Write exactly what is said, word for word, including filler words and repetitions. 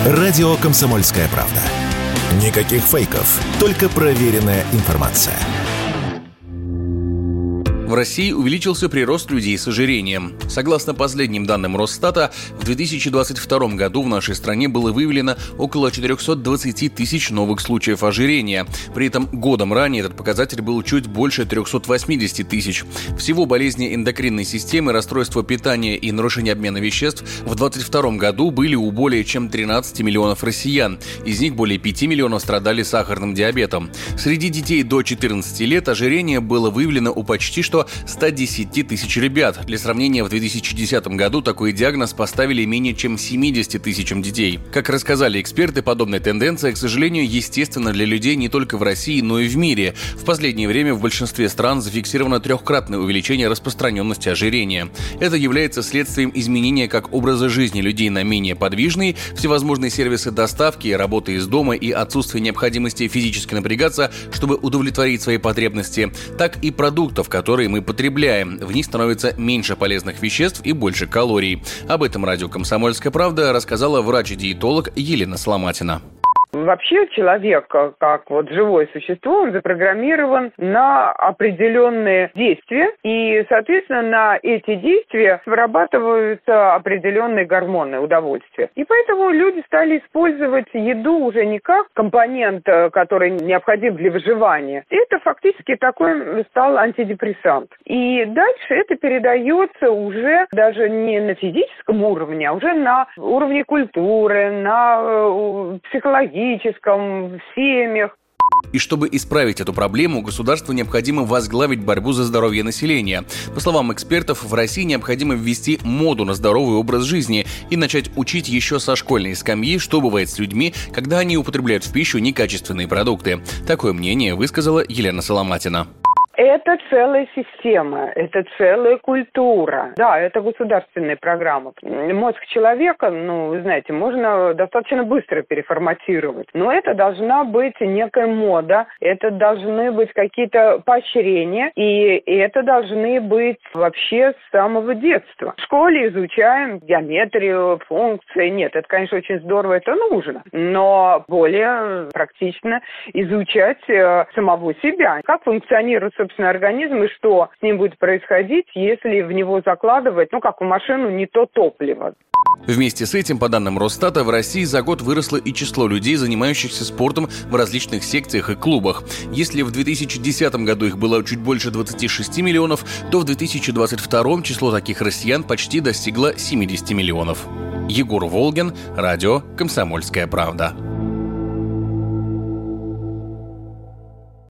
Радио «Комсомольская правда». Никаких фейков, только проверенная информация. В России увеличился прирост людей с ожирением. Согласно последним данным Росстата, в две тысячи двадцать втором году в нашей стране было выявлено около четыреста двадцать тысяч новых случаев ожирения. При этом годом ранее этот показатель был чуть больше триста восемьдесят тысяч. Всего болезни эндокринной системы, расстройства питания и нарушения обмена веществ в две тысячи двадцать втором году были у более чем тринадцати миллионов россиян. Из них более пяти миллионов страдали сахарным диабетом. Среди детей до четырнадцати лет ожирение было выявлено у почти что ста десяти тысяч ребят. Для сравнения, в две тысячи десятом году такой диагноз поставили менее чем семидесяти тысячам детей. Как рассказали эксперты, подобная тенденция, к сожалению, естественна для людей не только в России, но и в мире. В последнее время в большинстве стран зафиксировано трехкратное увеличение распространенности ожирения. Это является следствием изменения как образа жизни людей на менее подвижный, всевозможные сервисы доставки, работы из дома и отсутствие необходимости физически напрягаться, чтобы удовлетворить свои потребности, так и продуктов, которые мы потребляем. В них становится меньше полезных веществ и больше калорий. Об этом радио «Комсомольская правда» рассказала врач-диетолог Елена Соломатина. Вообще человек, как вот живое существо, он запрограммирован на определенные действия, и, соответственно, на эти действия вырабатываются определенные гормоны удовольствия. И поэтому люди стали использовать еду уже не как компонент, который необходим для выживания. Это фактически такой стал антидепрессант. И дальше это передается уже даже не на физическом уровне, а уже на уровне культуры, на психологии, в семьях. И чтобы исправить эту проблему, государству необходимо возглавить борьбу за здоровье населения. По словам экспертов, в России необходимо ввести моду на здоровый образ жизни и начать учить еще со школьной скамьи, что бывает с людьми, когда они употребляют в пищу некачественные продукты. Такое мнение высказала Елена Соломатина. Это целая система, это целая культура. Да, это государственная программа. Мозг человека, ну, вы знаете, можно достаточно быстро переформатировать. Но это должна быть некая мода, это должны быть какие-то поощрения, и это должны быть вообще с самого детства. В школе изучаем геометрию, функции. Нет, это, конечно, очень здорово, это нужно. Но более практично изучать самого себя. Как функционирует, собственно, организм и что с ним будет происходить, если в него закладывать, ну, как в машину, не то топливо. Вместе с этим, по данным Росстата, в России за год выросло и число людей, занимающихся спортом в различных секциях и клубах. Если в две тысячи десятом году их было чуть больше двадцати шести миллионов, то в две тысячи двадцать втором число таких россиян почти достигло семидесяти миллионов. Егор Волгин, радио «Комсомольская правда».